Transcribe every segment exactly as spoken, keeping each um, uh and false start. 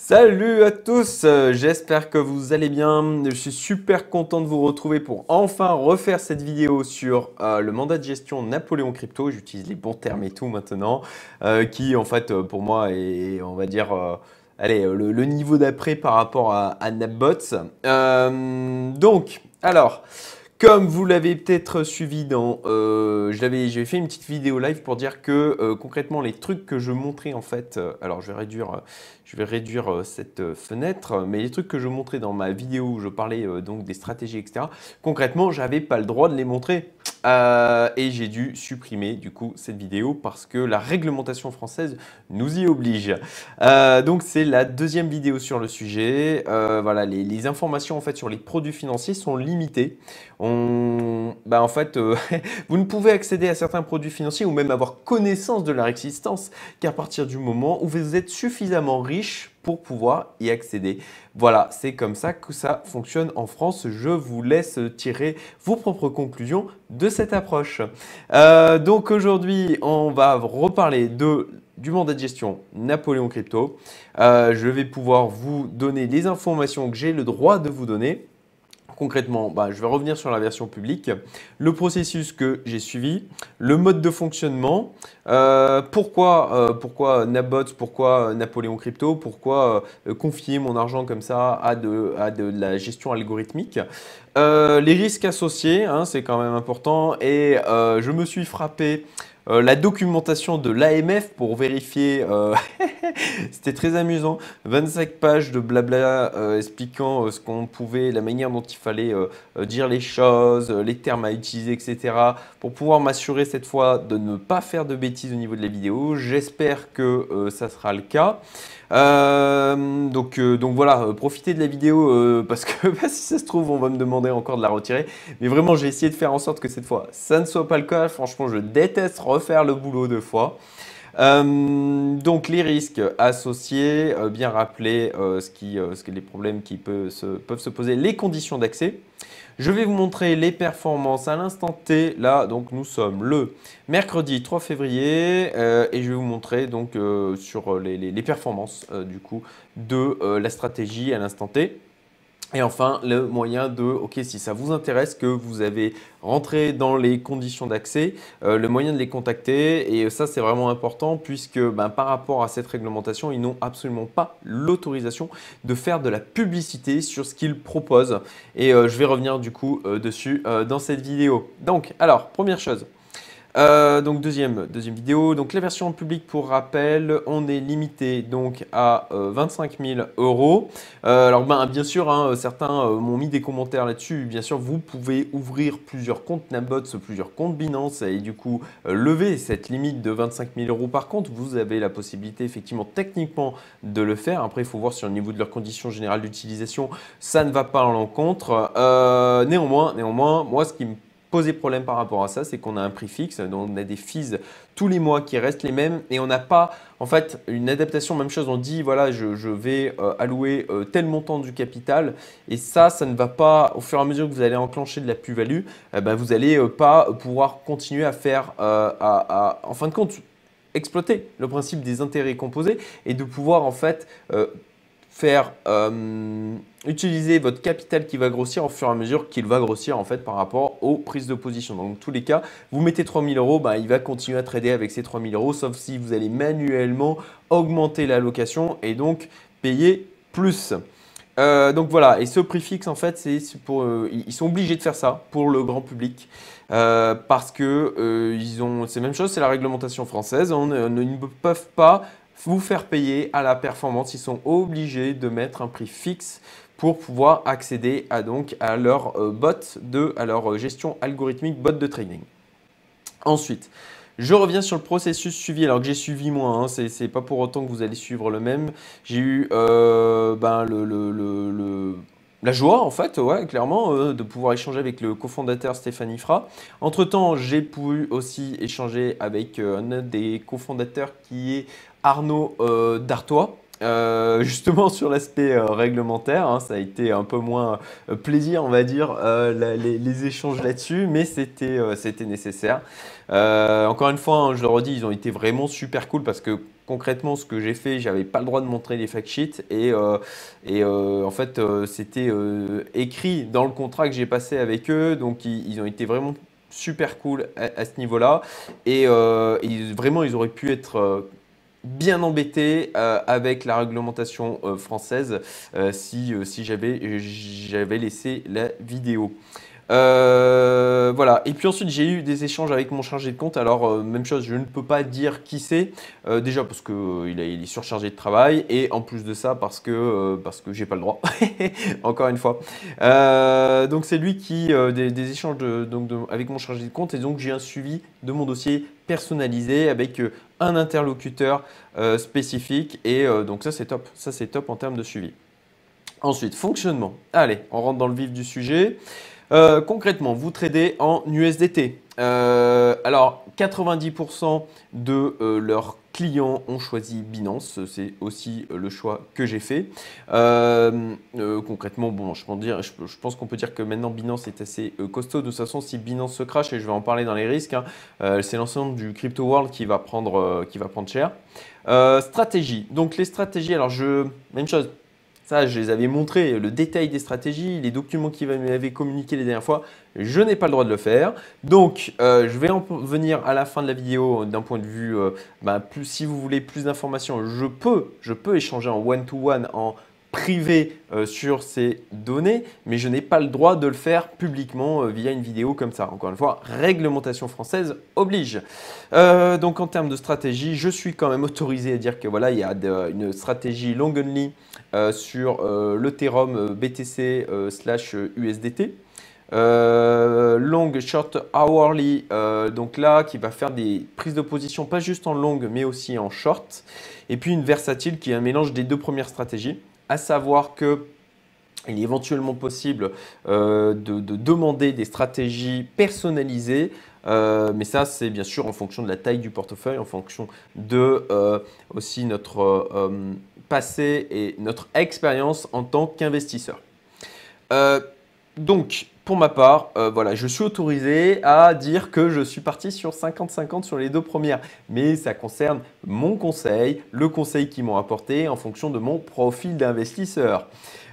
Salut à tous, euh, j'espère que vous allez bien. Je suis super content de vous retrouver pour enfin refaire cette vidéo sur euh, le mandat de gestion Napoléon Crypto. J'utilise les bons termes et tout maintenant, euh, qui en fait euh, pour moi est, on va dire, euh, allez, euh, le, le niveau d'après par rapport à, à Napbots. Euh, donc, alors. Comme vous l'avez peut-être suivi dans, euh, j'avais fait une petite vidéo live pour dire que euh, concrètement les trucs que je montrais en fait, euh, alors je vais réduire, euh, je vais réduire euh, cette euh, fenêtre, mais les trucs que je montrais dans ma vidéo où je parlais euh, donc des stratégies et cetera. Concrètement, j'avais pas le droit de les montrer euh, et j'ai dû supprimer du coup cette vidéo parce que la réglementation française nous y oblige. Euh, donc c'est la deuxième vidéo sur le sujet. Euh, voilà, les, les informations en fait sur les produits financiers sont limitées. On, bah en fait, euh, vous ne pouvez accéder à certains produits financiers ou même avoir connaissance de leur existence qu'à partir du moment où vous êtes suffisamment riche pour pouvoir y accéder. Voilà, c'est comme ça que ça fonctionne en France. Je vous laisse tirer vos propres conclusions de cette approche. Euh, donc aujourd'hui, on va reparler de du mandat de gestion Napoléon Crypto. Euh, je vais pouvoir vous donner les informations que j'ai le droit de vous donner. Concrètement, bah, je vais revenir sur la version publique, le processus que j'ai suivi, le mode de fonctionnement, euh, pourquoi, euh, pourquoi Napbots, pourquoi Napoléon Crypto, pourquoi euh, confier mon argent comme ça à de, à de la gestion algorithmique, euh, les risques associés, hein, c'est quand même important, et euh, je me suis frappé euh, la documentation de l'A M F pour vérifier, euh, c'était très amusant, vingt-cinq pages de blabla euh, expliquant euh, ce qu'on pouvait, la manière dont il fallait euh, euh, dire les choses, euh, les termes à utiliser, et cetera. Pour pouvoir m'assurer cette fois de ne pas faire de bêtises au niveau de la vidéo. J'espère que euh, ça sera le cas. Euh, donc, euh, donc voilà, euh, profitez de la vidéo euh, parce que bah, si ça se trouve, on va me demander encore de la retirer. Mais vraiment, j'ai essayé de faire en sorte que cette fois, ça ne soit pas le cas. Franchement, je déteste refaire le boulot deux fois. Euh, donc les risques associés, euh, bien rappeler euh, ce qui, euh, ce que les problèmes qui peuvent se, peuvent se poser, les conditions d'accès. Je vais vous montrer les performances à l'instant T. Là, donc nous sommes le mercredi trois février euh, et je vais vous montrer donc euh, sur les, les, les performances euh, du coup de euh, la stratégie à l'instant T. Et enfin, le moyen de, ok, si ça vous intéresse, que vous avez rentré dans les conditions d'accès, euh, le moyen de les contacter. Et ça, c'est vraiment important puisque ben, par rapport à cette réglementation, ils n'ont absolument pas l'autorisation de faire de la publicité sur ce qu'ils proposent. Et euh, je vais revenir du coup euh, dessus euh, dans cette vidéo. Donc, alors, première chose. Euh, donc deuxième, deuxième vidéo, donc la version publique pour rappel, on est limité donc à euh, vingt-cinq mille euros. Euh, alors ben, bien sûr, hein, certains euh, m'ont mis des commentaires là-dessus. Bien sûr, vous pouvez ouvrir plusieurs comptes Napbots, plusieurs comptes Binance et du coup euh, lever cette limite de vingt-cinq mille euros par compte. Vous avez la possibilité effectivement techniquement de le faire. Après, il faut voir sur le niveau de leurs conditions générales d'utilisation, ça ne va pas à l'encontre. Euh, néanmoins, néanmoins, moi ce qui me poser problème par rapport à ça, c'est qu'on a un prix fixe, donc on a des fees tous les mois qui restent les mêmes et on n'a pas en fait une adaptation, même chose, on dit voilà je, je vais euh, allouer euh, tel montant du capital et ça, ça ne va pas, au fur et à mesure que vous allez enclencher de la plus-value, eh ben, vous n'allez euh, pas pouvoir continuer à faire, euh, à, à, en fin de compte, exploiter le principe des intérêts composés et de pouvoir en fait euh, faire euh, utiliser votre capital qui va grossir au fur et à mesure qu'il va grossir en fait par rapport aux prises de position. Donc, dans tous les cas, vous mettez trois mille euros, bah, il va continuer à trader avec ces trois mille euros, sauf si vous allez manuellement augmenter l'allocation et donc payer plus. Euh, donc voilà, et ce prix fixe en fait, c'est pour, euh, ils sont obligés de faire ça pour le grand public euh, parce que euh, ils ont, c'est la même chose, c'est la réglementation française, on, on, ils ne peuvent pas vous faire payer à la performance, ils sont obligés de mettre un prix fixe pour pouvoir accéder à, donc, à leur euh, bot de, à leur gestion algorithmique bot de trading. Ensuite, je reviens sur le processus suivi, alors que j'ai suivi moi, hein, ce n'est pas pour autant que vous allez suivre le même. J'ai eu euh, ben, le, le, le, le, la joie, en fait, ouais, clairement, euh, de pouvoir échanger avec le cofondateur Stéphanie Fra. Entre-temps, j'ai pu aussi échanger avec euh, un des cofondateurs qui est Arnaud euh, Dartois. Euh, justement sur l'aspect euh, réglementaire, hein, ça a été un peu moins euh, plaisir, on va dire, euh, la, les, les échanges là-dessus, mais c'était euh, c'était nécessaire. Euh, encore une fois, hein, je le redis, ils ont été vraiment super cool parce que concrètement, ce que j'ai fait, j'avais pas le droit de montrer les fact sheets et, euh, et euh, en fait, euh, c'était euh, écrit dans le contrat que j'ai passé avec eux. Donc, ils, ils ont été vraiment super cool à, à ce niveau-là et, euh, et vraiment, ils auraient pu être euh, bien embêté euh, avec la réglementation euh, française euh, si, euh, si j'avais j'avais laissé la vidéo. Euh, voilà. Et puis ensuite, j'ai eu des échanges avec mon chargé de compte. Alors, euh, même chose, je ne peux pas dire qui c'est. Euh, déjà parce qu'il euh, il est surchargé de travail. Et en plus de ça, parce que, euh, parce que j'ai pas le droit. Encore une fois. Euh, donc, c'est lui qui, euh, des, des échanges de, donc de- avec mon chargé de compte. Et donc, j'ai un suivi de mon dossier personnalisé avec euh, un interlocuteur euh, spécifique. Et euh, donc, ça, c'est top. Ça, c'est top en termes de suivi. Ensuite, fonctionnement. Allez, on rentre dans le vif du sujet. Euh, concrètement, vous tradez en U S D T. Euh, alors, quatre-vingt-dix pour cent de euh, leurs clients ont choisi Binance. C'est aussi euh, le choix que j'ai fait. Euh, euh, concrètement, bon, je pense, dire, je, je pense qu'on peut dire que maintenant Binance est assez euh, costaud. De toute façon, si Binance se crache, et je vais en parler dans les risques, hein, euh, c'est l'ensemble du crypto world qui va prendre, euh, qui va prendre cher. Euh, stratégie. Donc, les stratégies, alors je, même chose. Ça, je les avais montrés, le détail des stratégies, les documents qu'ils m'avaient communiqués les dernières fois. Je n'ai pas le droit de le faire. Donc, euh, je vais en venir à la fin de la vidéo d'un point de vue, euh, bah, plus, si vous voulez plus d'informations, je peux, je peux échanger en one-to-one, en privé euh, sur ces données, mais je n'ai pas le droit de le faire publiquement euh, via une vidéo comme ça. Encore une fois, réglementation française oblige. Euh, donc, en termes de stratégie, je suis quand même autorisé à dire que voilà, il y a de, une stratégie long only euh, sur euh, l'Ethereum B T C euh, slash U S D T. Euh, long, short, hourly, euh, donc là qui va faire des prises de position pas juste en long mais aussi en short. Et puis une versatile qui est un mélange des deux premières stratégies, à savoir que il est éventuellement possible euh, de, de demander des stratégies personnalisées, euh, mais ça c'est bien sûr en fonction de la taille du portefeuille, en fonction de euh, aussi notre euh, passé et notre expérience en tant qu'investisseur. Euh, donc, pour ma part, euh, voilà, je suis autorisé à dire que je suis parti sur cinquante cinquante sur les deux premières. Mais ça concerne mon conseil, le conseil qu'ils m'ont apporté en fonction de mon profil d'investisseur.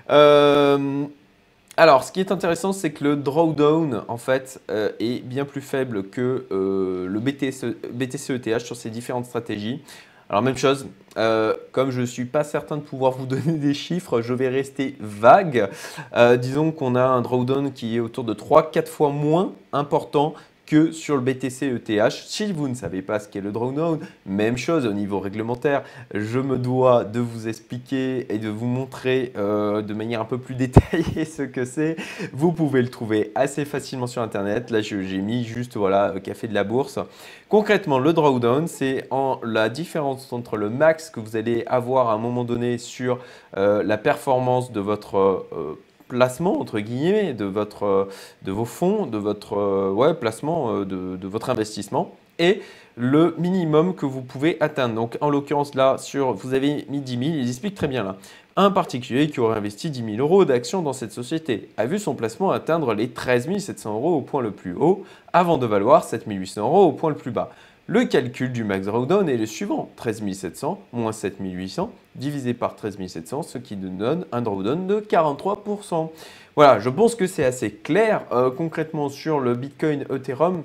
Euh, alors, ce qui est intéressant, c'est que le drawdown, en fait, euh, est bien plus faible que euh, le B T C E T H sur ces différentes stratégies. Alors, même chose, euh, comme je ne suis pas certain de pouvoir vous donner des chiffres, je vais rester vague. Euh, disons qu'on a un drawdown qui est autour de trois à quatre fois moins important que sur le B T C E T H. Si vous ne savez pas ce qu'est le drawdown, même chose au niveau réglementaire, je me dois de vous expliquer et de vous montrer euh, de manière un peu plus détaillée ce que c'est. Vous pouvez le trouver assez facilement sur Internet. Là, j'ai mis juste voilà, café de la bourse. Concrètement, le drawdown, c'est en la différence entre le max que vous allez avoir à un moment donné sur euh, la performance de votre euh, placement, entre guillemets, de, votre, de vos fonds, de votre euh, ouais, placement, euh, de, de votre investissement et le minimum que vous pouvez atteindre. Donc, en l'occurrence, là, sur, vous avez mis dix mille, il explique très bien là. Un particulier qui aurait investi dix mille euros d'actions dans cette société a vu son placement atteindre les treize mille sept cents euros au point le plus haut avant de valoir sept mille huit cents euros au point le plus bas. Le calcul du max drawdown est le suivant, treize mille sept cents moins sept mille huit cents divisé par treize mille sept cents, ce qui nous donne un drawdown de quarante-trois pour cent. Voilà, je pense que c'est assez clair. Euh, concrètement, sur le Bitcoin Ethereum,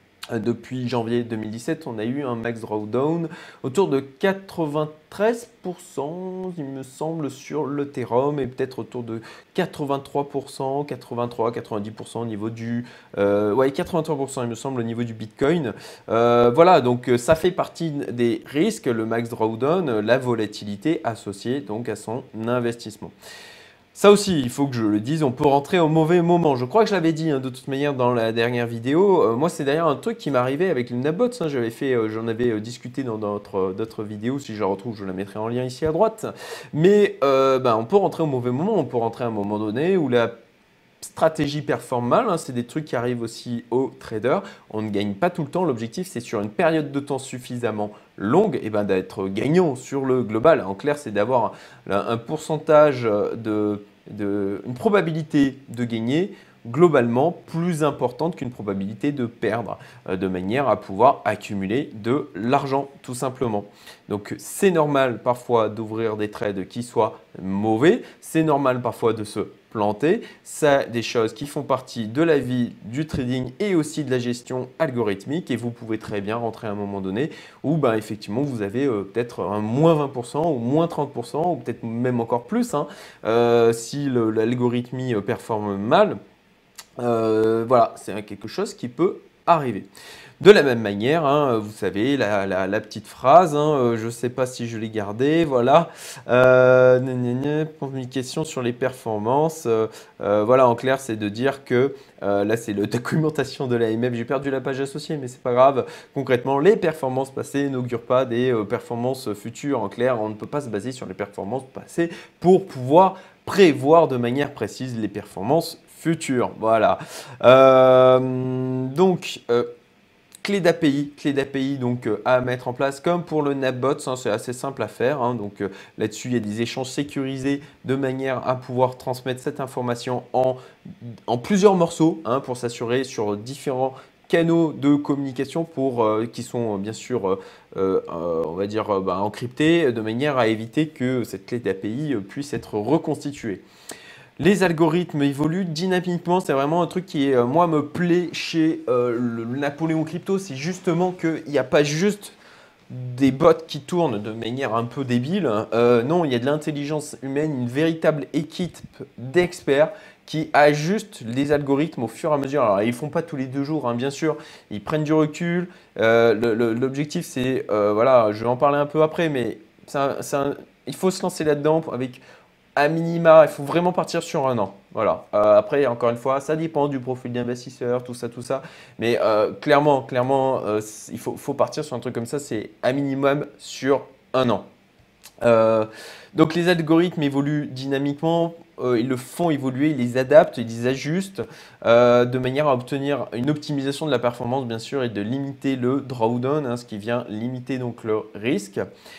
depuis janvier deux mille dix-sept, on a eu un max drawdown autour de quatre-vingt-treize pour cent, il me semble, sur l'Ethereum et peut-être autour de quatre-vingt-trois pour cent, quatre-vingt-trois, quatre-vingt-dix pour cent au niveau du, euh, ouais, quatre-vingt-trois pour cent il me semble au niveau du Bitcoin. Euh, voilà, donc ça fait partie des risques, le max drawdown, la volatilité associée donc à son investissement. Ça aussi, il faut que je le dise, on peut rentrer au mauvais moment. Je crois que je l'avais dit hein, de toute manière dans la dernière vidéo. Euh, moi, c'est d'ailleurs un truc qui m'arrivait avec le Nabots. Hein, j'avais fait, euh, j'en avais euh, discuté dans d'autres vidéos. Si je la retrouve, je la mettrai en lien ici à droite. Mais euh, ben, on peut rentrer au mauvais moment. On peut rentrer à un moment donné où la stratégie performe mal. Hein, c'est des trucs qui arrivent aussi aux traders. On ne gagne pas tout le temps. L'objectif, c'est sur une période de temps suffisamment longue et ben, d'être gagnant sur le global. En clair, c'est d'avoir un, un pourcentage de, de, une probabilité de gagner globalement plus importante qu'une probabilité de perdre, euh, de manière à pouvoir accumuler de l'argent tout simplement. Donc c'est normal parfois d'ouvrir des trades qui soient mauvais, c'est normal parfois de se planter, c'est des choses qui font partie de la vie du trading et aussi de la gestion algorithmique et vous pouvez très bien rentrer à un moment donné où ben, effectivement vous avez euh, peut-être un moins vingt pour cent ou moins trente pour cent ou peut-être même encore plus hein, euh, si l'algorithmie performe mal. Euh, voilà, c'est quelque chose qui peut arriver. De la même manière, hein, vous savez, la, la, la petite phrase, hein, euh, je ne sais pas si je l'ai gardée, voilà, euh, gna gna gna, communication sur les performances, euh, euh, voilà, en clair, c'est de dire que, euh, là c'est la documentation de l'A M F, j'ai perdu la page associée, mais c'est pas grave, concrètement, les performances passées n'augurent pas des euh, performances futures, en clair, on ne peut pas se baser sur les performances passées pour pouvoir prévoir de manière précise les performances futures, voilà. Euh, donc, euh, Clé d'A P I, clé d'A P I donc euh, à mettre en place comme pour le NapBots, hein, c'est assez simple à faire. Hein, donc euh, là-dessus, il y a des échanges sécurisés de manière à pouvoir transmettre cette information en, en plusieurs morceaux hein, pour s'assurer sur différents canaux de communication pour, euh, qui sont euh, bien sûr, euh, euh, on va dire, euh, bah, encryptés de manière à éviter que cette clé d'A P I puisse être reconstituée. Les algorithmes évoluent dynamiquement, c'est vraiment un truc qui, euh, moi, me plaît chez euh, le Napoléon Crypto, c'est justement qu'il n'y a pas juste des bots qui tournent de manière un peu débile. Euh, non, il y a de l'intelligence humaine, une véritable équipe d'experts qui ajustent les algorithmes au fur et à mesure. Alors, ils ne font pas tous les deux jours, hein, bien sûr, ils prennent du recul. Euh, L'objectif, c'est, euh, voilà, je vais en parler un peu après, mais un, un, il faut se lancer là-dedans avec… À minima, il faut vraiment partir sur un an. Voilà. Euh, après, encore une fois, ça dépend du profil d'investisseur, tout ça, tout ça. Mais euh, clairement, clairement, euh, il faut, faut partir sur un truc comme ça. C'est à minimum sur un an. Euh, donc, les algorithmes évoluent dynamiquement. Euh, ils le font évoluer, ils les adaptent, ils les ajustent euh, de manière à obtenir une optimisation de la performance, bien sûr, et de limiter le drawdown, hein, ce qui vient limiter donc le risque.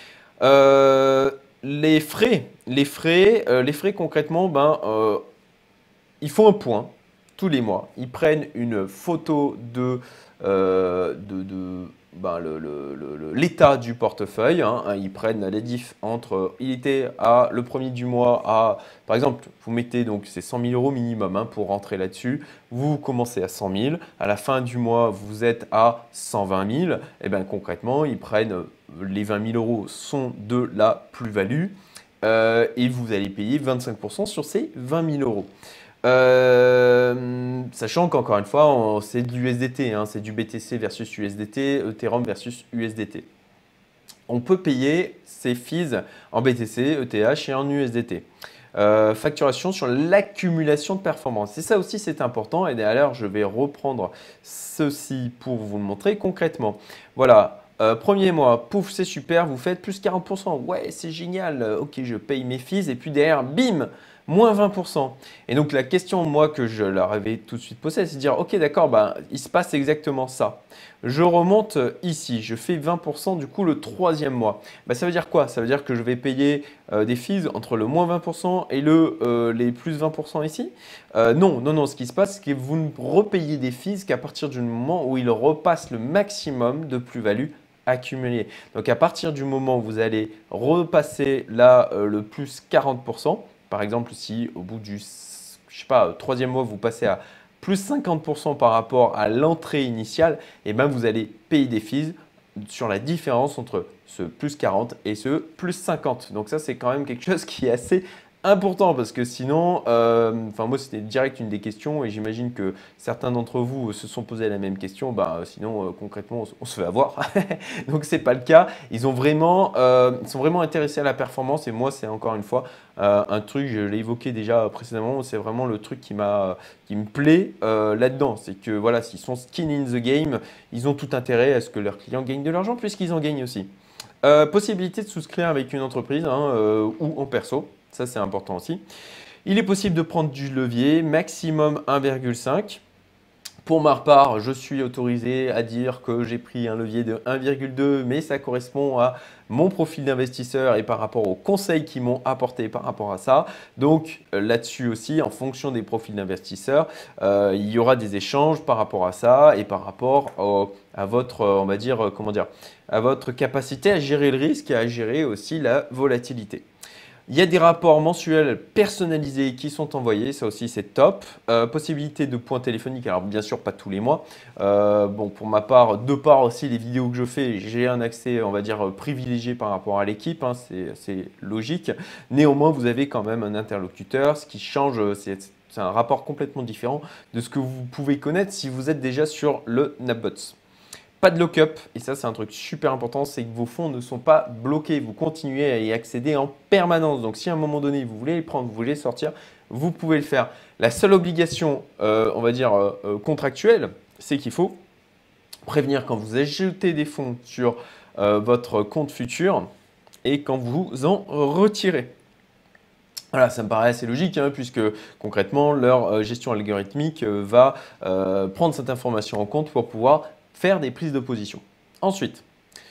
Euh, Les frais, les frais, euh, les frais concrètement, ben, euh, ils font un point tous les mois. Ils prennent une photo de, euh, de, de ben, le, le, le, l'état du portefeuille. Hein. Ils prennent les diffs entre, il était à le premier du mois à, par exemple, vous mettez donc c'est cent mille euros minimum hein, pour rentrer là-dessus. Vous commencez à cent mille. À la fin du mois, vous êtes à cent vingt mille. Et bien concrètement, ils prennent les vingt mille euros sont de la plus-value euh, et vous allez payer vingt-cinq pour cent sur ces vingt mille euros. Euh, sachant qu'encore une fois, c'est de l'U S D T, hein, c'est du B T C versus U S D T, Ethereum versus U S D T. On peut payer ces fees en B T C, E T H et en U S D T. Euh, facturation sur l'accumulation de performance. Et ça aussi, c'est important. Et d'ailleurs, je vais reprendre ceci pour vous le montrer concrètement. Voilà. Euh, premier mois, pouf, c'est super, vous faites plus quarante pour cent. Ouais, c'est génial. Ok, je paye mes fees. Et puis derrière, bim, moins vingt pour cent. Et donc, la question, moi, que je leur avais tout de suite posée, c'est de dire, ok, d'accord, ben, il se passe exactement ça. Je remonte ici, je fais vingt pour cent du coup le troisième mois. Ben, ça veut dire quoi? Ça veut dire que je vais payer euh, des fees entre le moins vingt pour cent et le, euh, les plus vingt pour cent ici? euh, Non, non, non. Ce qui se passe, c'est que vous ne repayez des fees qu'à partir du moment où il repasse le maximum de plus-value accumulée. Donc, à partir du moment où vous allez repasser là euh, le plus quarante pour cent, par exemple, si au bout du je sais pas, troisième mois, vous passez à plus cinquante pour cent par rapport à l'entrée initiale, et ben vous allez payer des fees sur la différence entre ce plus quarante et ce plus cinquante. Donc ça, c'est quand même quelque chose qui est assez important parce que sinon, euh, enfin moi c'était direct une des questions et j'imagine que certains d'entre vous se sont posé la même question. Bah, sinon, euh, concrètement, on, on se fait avoir. Donc c'est pas le cas. Ils ont vraiment, euh, ils sont vraiment intéressés à la performance et moi c'est encore une fois euh, un truc. Je l'ai évoqué déjà précédemment. C'est vraiment le truc qui m'a, qui me plaît euh, là-dedans. C'est que voilà, s'ils sont skin in the game, ils ont tout intérêt à ce que leurs clients gagnent de l'argent puisqu'ils en gagnent aussi. Euh, possibilité de souscrire avec une entreprise hein, euh, ou en perso. Ça, c'est important aussi. Il est possible de prendre du levier, maximum un virgule cinq. Pour ma part, je suis autorisé à dire que j'ai pris un levier de un virgule deux, mais ça correspond à mon profil d'investisseur et par rapport aux conseils qu'ils m'ont apporté par rapport à ça. Donc là-dessus aussi, en fonction des profils d'investisseurs, euh, il y aura des échanges par rapport à ça et par rapport au, à votre, on va dire, comment dire, à votre capacité à gérer le risque et à gérer aussi la volatilité. Il y a des rapports mensuels personnalisés qui sont envoyés, ça aussi c'est top. Euh, possibilité de points téléphoniques, alors bien sûr pas tous les mois. Euh, bon, pour ma part, de part aussi les vidéos que je fais, j'ai un accès, on va dire, privilégié par rapport à l'équipe, hein, c'est logique. Néanmoins, vous avez quand même un interlocuteur, ce qui change, c'est un rapport complètement différent de ce que vous pouvez connaître si vous êtes déjà sur le NapBots. Pas de lock-up, et ça c'est un truc super important, c'est que vos fonds ne sont pas bloqués, vous continuez à y accéder en permanence. Donc si à un moment donné vous voulez les prendre, vous voulez les sortir, vous pouvez le faire. La seule obligation, euh, on va dire euh, contractuelle, c'est qu'il faut prévenir quand vous ajoutez des fonds sur euh, votre compte futur et quand vous en retirez. Voilà, ça me paraît assez logique hein, puisque concrètement leur euh, gestion algorithmique euh, va euh, prendre cette information en compte pour pouvoir faire des prises de position. Ensuite,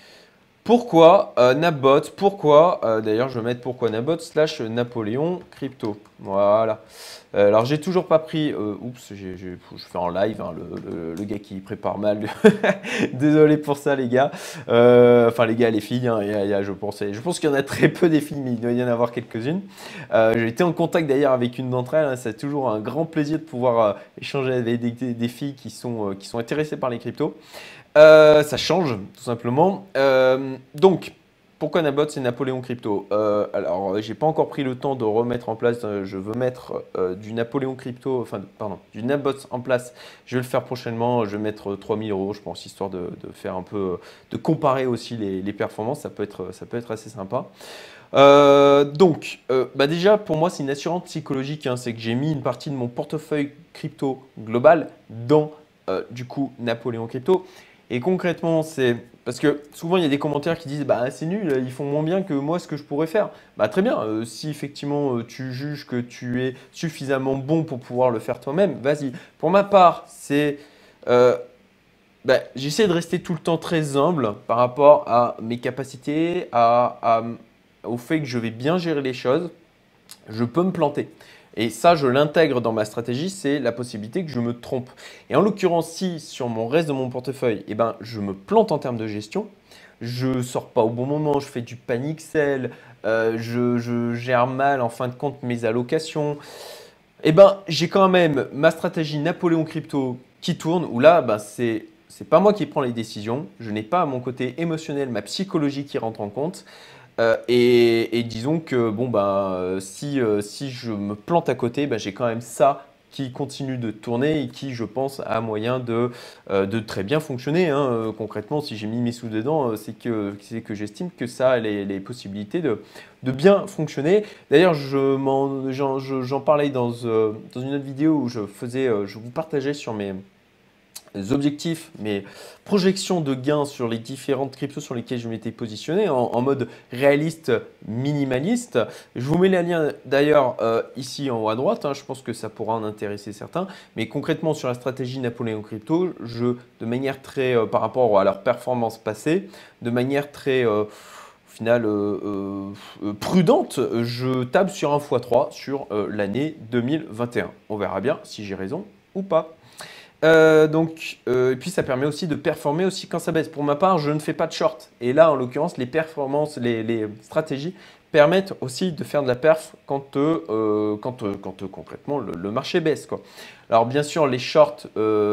pourquoi euh, NapBots? Pourquoi, euh, d'ailleurs je vais mettre pourquoi NapBots slash Napoléon Crypto. Voilà. Euh, alors j'ai toujours pas pris, euh, oups, j'ai, j'ai, je fais en live, hein, le, le, le gars qui prépare mal. Désolé pour ça les gars. Euh, enfin les gars, les filles, hein, y a, y a, je pense, je pense qu'il y en a très peu des filles, mais il doit y en avoir quelques-unes. Euh, j'ai été en contact d'ailleurs avec une d'entre elles. Hein, c'est toujours un grand plaisir de pouvoir euh, échanger avec des, des, des filles qui sont, euh, qui sont intéressées par les cryptos. Euh, ça change tout simplement. Euh, donc, pourquoi NapBots et Napoléon Crypto? euh, Alors, j'ai pas encore pris le temps de remettre en place. Euh, je veux mettre euh, du Napoléon Crypto, enfin, pardon, du NapBots en place. Je vais le faire prochainement. Je vais mettre trois mille euros, je pense, histoire de, de faire un peu, de comparer aussi les, les performances. Ça peut être, ça peut être assez sympa. Euh, donc, euh, bah déjà, pour moi, c'est une assurance psychologique. Hein, c'est que j'ai mis une partie de mon portefeuille crypto global dans, euh, du coup, Napoléon Crypto. Et concrètement, c'est parce que souvent il y a des commentaires qui disent bah c'est nul, ils font moins bien que moi ce que je pourrais faire. Bah très bien, euh, si effectivement euh, tu juges que tu es suffisamment bon pour pouvoir le faire toi-même, vas-y. Pour ma part, c'est euh, bah, j'essaie de rester tout le temps très humble par rapport à mes capacités, à, à, au fait que je vais bien gérer les choses. Je peux me planter. Et ça, je l'intègre dans ma stratégie, c'est la possibilité que je me trompe. Et en l'occurrence, si sur mon reste de mon portefeuille, eh ben, je me plante en termes de gestion, je ne sors pas au bon moment, je fais du panic sell, euh, je, je gère mal en fin de compte mes allocations, eh ben, j'ai quand même ma stratégie Napoléon Crypto qui tourne, où là, ben, c'est c'est pas moi qui prends les décisions, je n'ai pas à mon côté émotionnel, ma psychologie qui rentre en compte. Euh, et, et disons que bon, bah, euh, si, euh, si je me plante à côté, bah, j'ai quand même ça qui continue de tourner et qui, je pense, a moyen de, euh, de très bien fonctionner. Hein. Euh, concrètement, si j'ai mis mes sous dedans, euh, c'est que, c'est que j'estime que ça a les, les possibilités de, de bien fonctionner. D'ailleurs, j'en je, j'en parlais dans, euh, dans une autre vidéo où je, faisais, euh, je vous partageais sur mes objectifs, mes projections de gains sur les différentes cryptos sur lesquelles je m'étais positionné en, en mode réaliste minimaliste. Je vous mets les liens d'ailleurs euh, ici en haut à droite, hein, je pense que ça pourra en intéresser certains, mais concrètement sur la stratégie Napoléon Crypto, je, de manière très, euh, par rapport à leur performance passée, de manière très euh, au final euh, euh, prudente, je table sur un fois trois sur euh, l'année deux mille vingt et un. On verra bien si j'ai raison ou pas. Euh, donc, euh, et puis ça permet aussi de performer aussi quand ça baisse. Pour ma part, je ne fais pas de short. Et là, en l'occurrence, les performances, les, les stratégies permettent aussi de faire de la perf quand, euh, quand, euh, quand euh, concrètement le, le marché baisse, quoi. Alors bien sûr, les shorts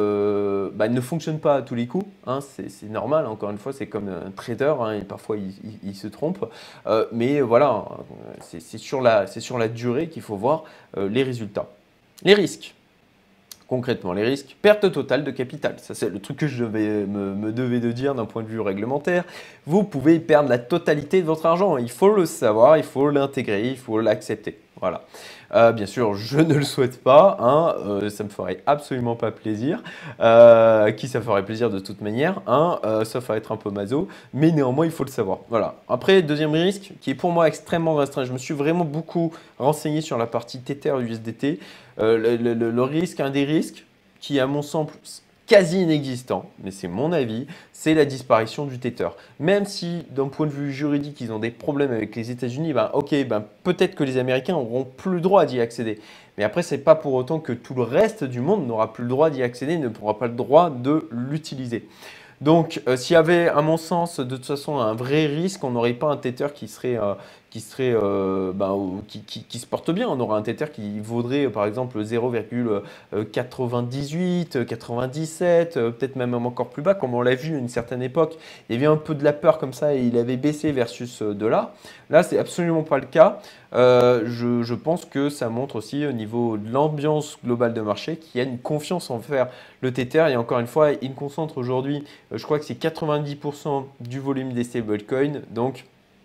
euh, bah, ne fonctionnent pas à tous les coups. Hein, c'est normal, encore une fois, c'est comme un trader. Hein, et parfois, il, il, il se trompe. Euh, mais voilà, c'est sur la, c'est sur la durée qu'il faut voir euh, les résultats. Les risques. Concrètement, les risques, perte totale de capital. Ça, c'est le truc que je devais, me, me devais de dire d'un point de vue réglementaire. Vous pouvez perdre la totalité de votre argent. Il faut le savoir, il faut l'intégrer, il faut l'accepter. Voilà. Euh, bien sûr, je ne le souhaite pas. Hein, euh, ça me ferait absolument pas plaisir. Euh, qui ça ferait plaisir de toute manière, hein, euh, sauf à être un peu maso. Mais néanmoins, il faut le savoir. Voilà. Après, deuxième risque, qui est pour moi extrêmement restreint. Je me suis vraiment beaucoup renseigné sur la partie Tether U S D T. Euh, le, le, le risque, un des risques qui, à mon sens, quasi inexistant, mais c'est mon avis, c'est la disparition du Tether. Même si d'un point de vue juridique, ils ont des problèmes avec les États-Unis, ben, ok, ben, peut-être que les Américains n'auront plus le droit d'y accéder. Mais après, ce n'est pas pour autant que tout le reste du monde n'aura plus le droit d'y accéder, ne pourra pas le droit de l'utiliser. Donc, euh, s'il y avait, à mon sens, de toute façon, un vrai risque, on n'aurait pas un Tether qui serait, euh, qui, serait euh, ben, qui, qui, qui se porte bien. On aurait un Tether qui vaudrait, par exemple, zéro virgule quatre-vingt-dix-huit, quatre-vingt-dix-sept, euh, peut-être même encore plus bas, comme on l'a vu à une certaine époque. Il y avait un peu de la peur comme ça et il avait baissé versus euh, de là. Là, c'est absolument pas le cas. Euh, je, je pense que ça montre aussi au niveau de l'ambiance globale de marché qu'il y a une confiance en faire le Tether. Et encore une fois, il concentre aujourd'hui, euh, je crois que c'est quatre-vingt-dix pour cent du volume des stablecoins. Donc,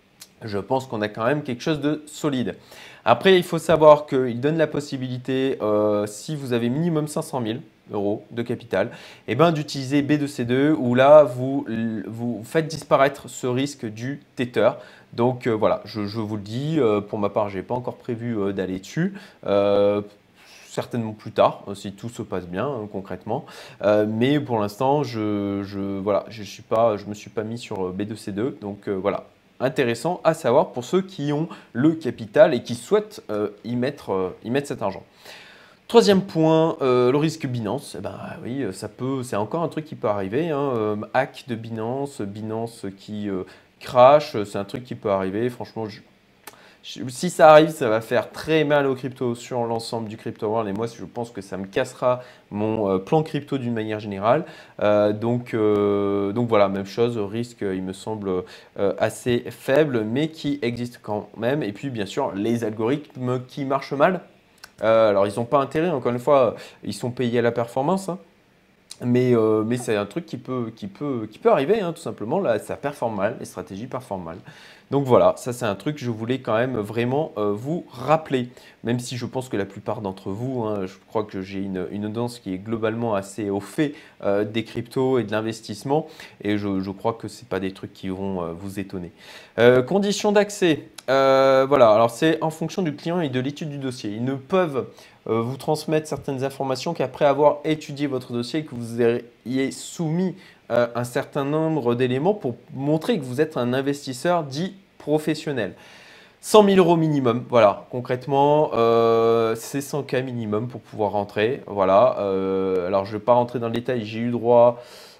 je pense qu'on a quand même quelque chose de solide. Après, il faut savoir qu'il donne la possibilité, euh, si vous avez minimum cinq cent mille euros de capital, eh ben, d'utiliser B deux C deux où là, vous, vous faites disparaître ce risque du Tether. Donc euh, voilà, je, je, vous le dis, euh, pour ma part, je n'ai pas encore prévu euh, d'aller dessus. Euh, certainement plus tard, si tout se passe bien hein, concrètement. Euh, mais pour l'instant, je je, voilà, je ne me suis pas mis sur B deux C deux. Donc euh, voilà, intéressant à savoir pour ceux qui ont le capital et qui souhaitent euh, y, mettre, euh, y mettre cet argent. Troisième point, euh, le risque Binance. Eh ben, oui, ça peut, c'est encore un truc qui peut arriver. Hein, euh, hack de Binance, Binance qui euh, crash, c'est un truc qui peut arriver. Franchement, je, je, si ça arrive, ça va faire très mal aux cryptos sur l'ensemble du crypto world. Et moi, je pense que ça me cassera mon euh, plan crypto d'une manière générale. Euh, donc, euh, donc voilà, même chose, risque, il me semble euh, assez faible, mais qui existe quand même. Et puis, bien sûr, les algorithmes qui marchent mal. Euh, alors, ils n'ont pas intérêt, encore une fois, ils sont payés à la performance. Hein. Mais, euh, mais c'est un truc qui peut, qui peut, qui peut arriver, hein, tout simplement. Là, ça performe mal, les stratégies performent mal. Donc voilà, ça c'est un truc que je voulais quand même vraiment euh, vous rappeler. Même si je pense que la plupart d'entre vous, hein, je crois que j'ai une, une audience qui est globalement assez au fait euh, des cryptos et de l'investissement. Et je, je crois que ce n'est pas des trucs qui vont euh, vous étonner. Euh, conditions d'accès. Euh, voilà, alors c'est en fonction du client et de l'étude du dossier. Ils ne peuvent euh, vous transmettre certaines informations qu'après avoir étudié votre dossier et que vous ayez soumis euh, un certain nombre d'éléments pour montrer que vous êtes un investisseur dit professionnel. cent mille euros minimum, voilà, concrètement, euh, c'est cent K minimum pour pouvoir rentrer. Voilà, euh, alors je ne vais pas rentrer dans le détail, j'ai eu droit.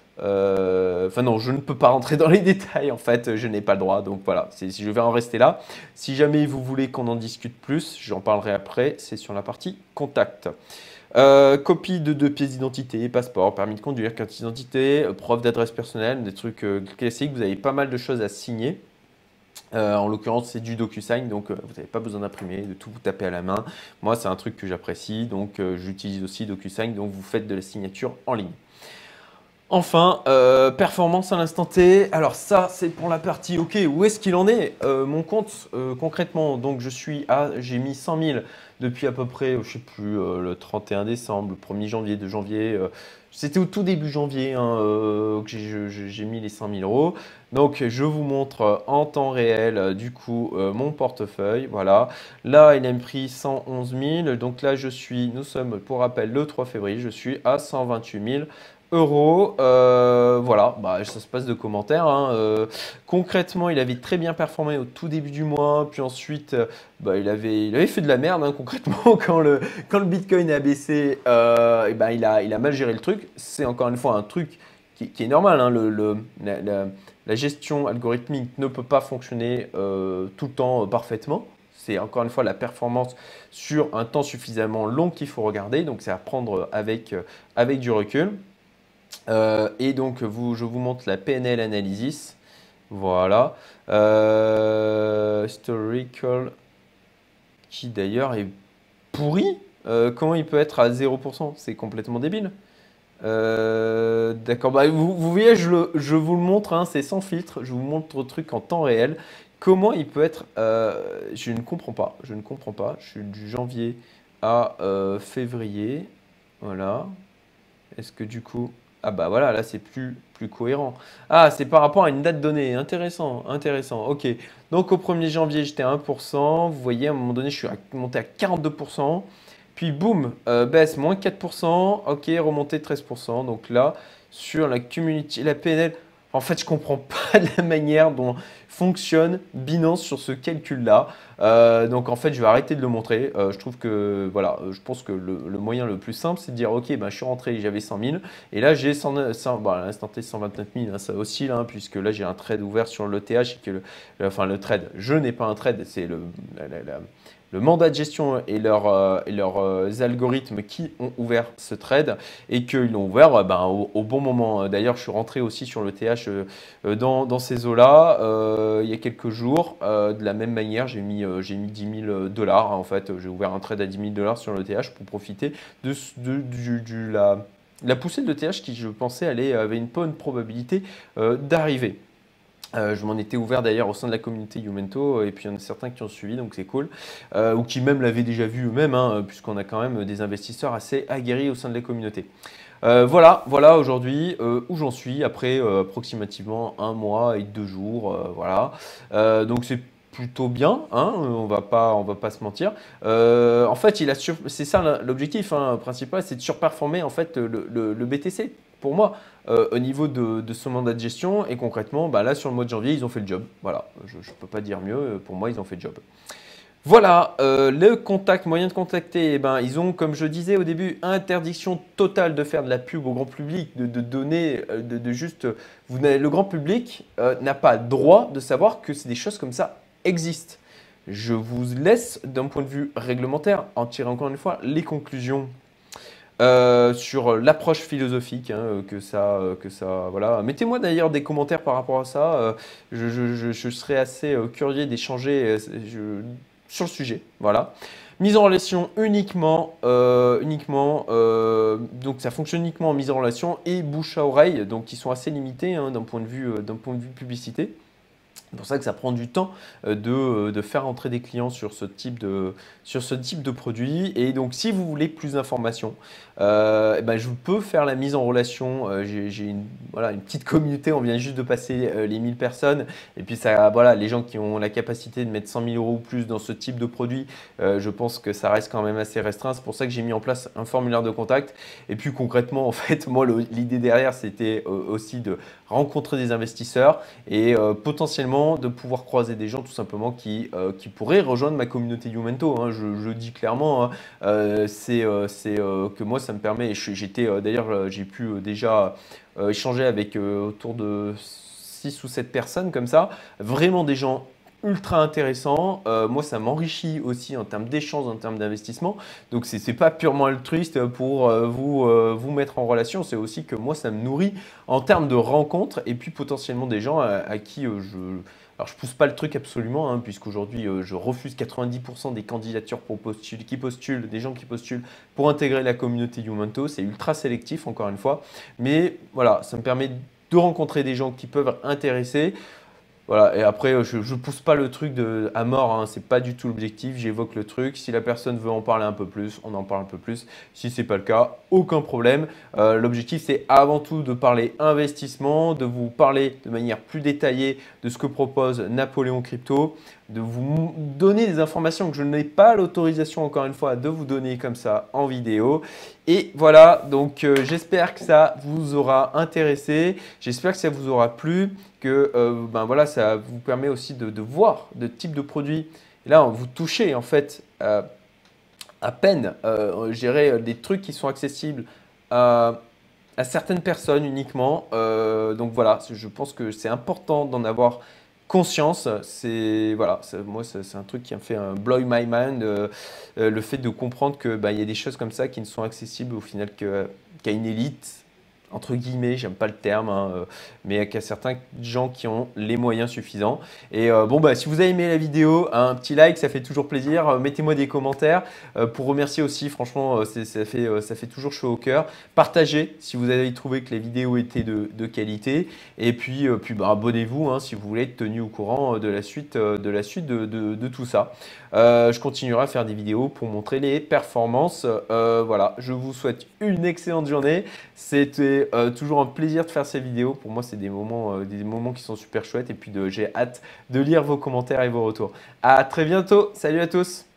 Euh, enfin non, je ne peux pas rentrer dans les détails, en fait, je n'ai pas le droit, donc voilà, je vais en rester là. Si jamais vous voulez qu'on en discute plus, j'en parlerai après, c'est sur la partie contact. Euh, copie de deux pièces d'identité, passeport, permis de conduire, carte d'identité, preuve d'adresse personnelle, des trucs euh, classiques, vous avez pas mal de choses à signer. Euh, en l'occurrence, c'est du DocuSign, donc euh, vous n'avez pas besoin d'imprimer, de tout vous taper à la main. Moi, c'est un truc que j'apprécie, donc euh, j'utilise aussi DocuSign, donc vous faites de la signature en ligne. Enfin, euh, performance à l'instant T. Alors ça, c'est pour la partie, ok, où est-ce qu'il en est euh, mon compte euh, concrètement? Donc je suis à, j'ai mis cent mille depuis à peu près, je sais plus, euh, le trente et un décembre, le premier janvier, deux janvier. Euh, C'était au tout début janvier hein, euh, que j'ai mis les cent mille euros. Donc je vous montre en temps réel, euh, du coup, euh, mon portefeuille. Voilà. Là, il a pris cent onze mille. Donc là, je suis, nous sommes, pour rappel, le trois février, je suis à cent vingt-huit mille. Euros, euh, voilà, bah, ça se passe de commentaires. Hein. Euh, concrètement, il avait très bien performé au tout début du mois, puis ensuite, euh, bah, il, avait, il avait fait de la merde. Hein, concrètement, quand le, quand le Bitcoin a baissé, euh, et ben, il, a, il a mal géré le truc. C'est encore une fois un truc qui, qui est normal. Hein, le, le, la, la, la gestion algorithmique ne peut pas fonctionner euh, tout le temps euh, parfaitement. C'est encore une fois la performance sur un temps suffisamment long qu'il faut regarder. Donc, c'est à prendre avec, euh, avec du recul. Euh, et donc, vous, je vous montre la P N L Analysis. Voilà. Euh, historical, qui d'ailleurs est pourri. Euh, comment il peut être à zéro pour cent? C'est complètement débile. Euh, D'accord. Bah, vous, vous voyez, je, le, je vous le montre. Hein, c'est sans filtre. Je vous montre le truc en temps réel. Comment il peut être… Euh, je ne comprends pas. Je ne comprends pas. Je suis du janvier à euh, février. Voilà. Est-ce que du coup… Ah bah voilà, là c'est plus, plus cohérent. Ah, c'est par rapport à une date donnée. Intéressant, intéressant. Ok. Donc au premier janvier, j'étais à un pour cent. Vous voyez, à un moment donné, je suis monté à quarante-deux pour cent. Puis boum, euh, baisse moins quatre pour cent, ok, remontée de treize pour cent. Donc là, sur la community, la P N L, en fait, je ne comprends pas la manière dont fonctionne Binance sur ce calcul-là. Euh, donc en fait, je vais arrêter de le montrer. Euh, je trouve que, voilà, je pense que le, le moyen le plus simple, c'est de dire, ok, ben, je suis rentré, j'avais cent mille. Et là, j'ai cent, cent, bon, à l'instant T, cent vingt-neuf mille, hein, ça oscille, hein, puisque là, j'ai un trade ouvert sur l'E T H. Et que le, le- enfin, le trade, je n'ai pas un trade, c'est le, la, la, la, le mandat de gestion et, leur, euh, et leurs euh, algorithmes qui ont ouvert ce trade et qu'ils l'ont ouvert euh, ben, au, au bon moment. D'ailleurs, je suis rentré aussi sur l'E T H euh, dans, dans ces eaux-là euh, il y a quelques jours. Euh, de la même manière, j'ai mis, euh, j'ai mis dix mille dollars. En fait, j'ai ouvert un trade à dix mille dollars sur l'E T H pour profiter de, de, du, du, la, la poussée de l'E T H qui, je pensais, allait, avait une bonne probabilité euh, d'arriver. Euh, je m'en étais ouvert d'ailleurs au sein de la communauté Youmento et puis il y en a certains qui ont suivi, donc c'est cool. Euh, ou qui même l'avaient déjà vu eux-mêmes, hein, puisqu'on a quand même des investisseurs assez aguerris au sein de la communauté. Euh, voilà, voilà aujourd'hui euh, où j'en suis après euh, approximativement un mois et deux jours. Euh, voilà. Euh, donc c'est plutôt bien, hein, on va pas, on va pas se mentir. Euh, en fait, il a sur... c'est ça l'objectif hein, principal, c'est de surperformer en fait le, le, le B T C pour moi. Euh, au niveau de, de son mandat de gestion et concrètement, bah là sur le mois de janvier, ils ont fait le job. Voilà, je ne peux pas dire mieux, pour moi, ils ont fait le job. Voilà, euh, le contact, moyen de contacter, eh ben, ils ont, comme je disais au début, interdiction totale de faire de la pub au grand public, de, de donner, de, de juste, vous, le grand public euh, n'a pas droit de savoir que des choses comme ça existent. Je vous laisse, d'un point de vue réglementaire, en tirer encore une fois les conclusions. Euh, sur l'approche philosophique hein, que ça, que ça, voilà. Mettez-moi d'ailleurs des commentaires par rapport à ça. Euh, je, je, je, je serais assez euh, curieux d'échanger euh, sur le sujet. Voilà. Mise en relation uniquement, euh, uniquement euh, donc ça fonctionne uniquement en mise en relation et bouche à oreille, donc qui sont assez limités hein, d'un point de vue, euh, d'un point de vue publicité. C'est pour ça que ça prend du temps de, de faire entrer des clients sur ce type de, sur ce type de produit. Et donc, si vous voulez plus d'informations, euh, eh ben, je peux faire la mise en relation. Euh, J'ai une, voilà, une petite communauté, on vient juste de passer euh, les mille personnes. Et puis, ça, voilà, les gens qui ont la capacité de mettre cent mille euros ou plus dans ce type de produit, euh, je pense que ça reste quand même assez restreint. C'est pour ça que j'ai mis en place un formulaire de contact. Et puis, concrètement, en fait, moi, l'idée derrière, c'était euh, aussi de rencontrer des investisseurs et euh, potentiellement de pouvoir croiser des gens tout simplement qui, euh, qui pourraient rejoindre ma communauté Youmento. Hein. Je, je dis clairement, hein, euh, c'est euh, euh, que moi ça me permet, j'étais euh, d'ailleurs j'ai pu euh, déjà euh, échanger avec euh, autour de six ou sept personnes comme ça, vraiment des gens ultra intéressants. Euh, moi, ça m'enrichit aussi en termes d'échange, en termes d'investissement. Donc, ce n'est pas purement altruiste pour euh, vous, euh, vous mettre en relation. C'est aussi que moi, ça me nourrit en termes de rencontres et puis potentiellement des gens à, à qui euh, je… Alors, je pousse pas le truc absolument, hein, puisqu'aujourd'hui, euh, je refuse quatre-vingt-dix pour cent des candidatures pour postuler, qui postulent, des gens qui postulent pour intégrer la communauté Youmento. C'est ultra sélectif, encore une fois. Mais voilà, ça me permet de rencontrer des gens qui peuvent intéresser. Voilà, et après, je ne pousse pas le truc de, à mort, hein, ce n'est pas du tout l'objectif, j'évoque le truc. Si la personne veut en parler un peu plus, on en parle un peu plus. Si ce n'est pas le cas, aucun problème. Euh, l'objectif, c'est avant tout de parler investissement, de vous parler de manière plus détaillée de ce que propose Napoléon Crypto, de vous donner des informations que je n'ai pas l'autorisation, encore une fois, de vous donner comme ça en vidéo. Et voilà, donc euh, j'espère que ça vous aura intéressé, j'espère que ça vous aura plu, que euh, ben voilà, ça vous permet aussi de, de voir de type de produits. Et là, vous touchez en fait euh, à peine, euh, je dirais, des trucs qui sont accessibles à, à certaines personnes uniquement. Euh, donc voilà, je pense que c'est important d'en avoir conscience. C'est voilà, moi c'est un truc qui a fait un blow my mind, euh, euh, le fait de comprendre que bah, y a des choses comme ça qui ne sont accessibles au final qu'à une élite, entre guillemets, j'aime pas le terme, hein, euh, mais qu'à certains gens qui ont les moyens suffisants. Et euh, bon, bah, si vous avez aimé la vidéo, un petit like, ça fait toujours plaisir. Euh, Mettez-moi des commentaires euh, pour remercier aussi, franchement, euh, ça, fait, euh, ça fait toujours chaud au cœur. Partagez si vous avez trouvé que les vidéos étaient de, de qualité. Et puis, euh, puis bah, abonnez-vous hein, si vous voulez être tenu au courant de la suite, euh, de, la suite de, de, de tout ça. Euh, je continuerai à faire des vidéos pour montrer les performances. Euh, voilà, je vous souhaite une excellente journée. C'était euh, toujours un plaisir de faire ces vidéos. Pour moi, c'est des moments, euh, des moments qui sont super chouettes. Et puis, j'ai hâte de lire vos commentaires et vos retours. À très bientôt. Salut à tous.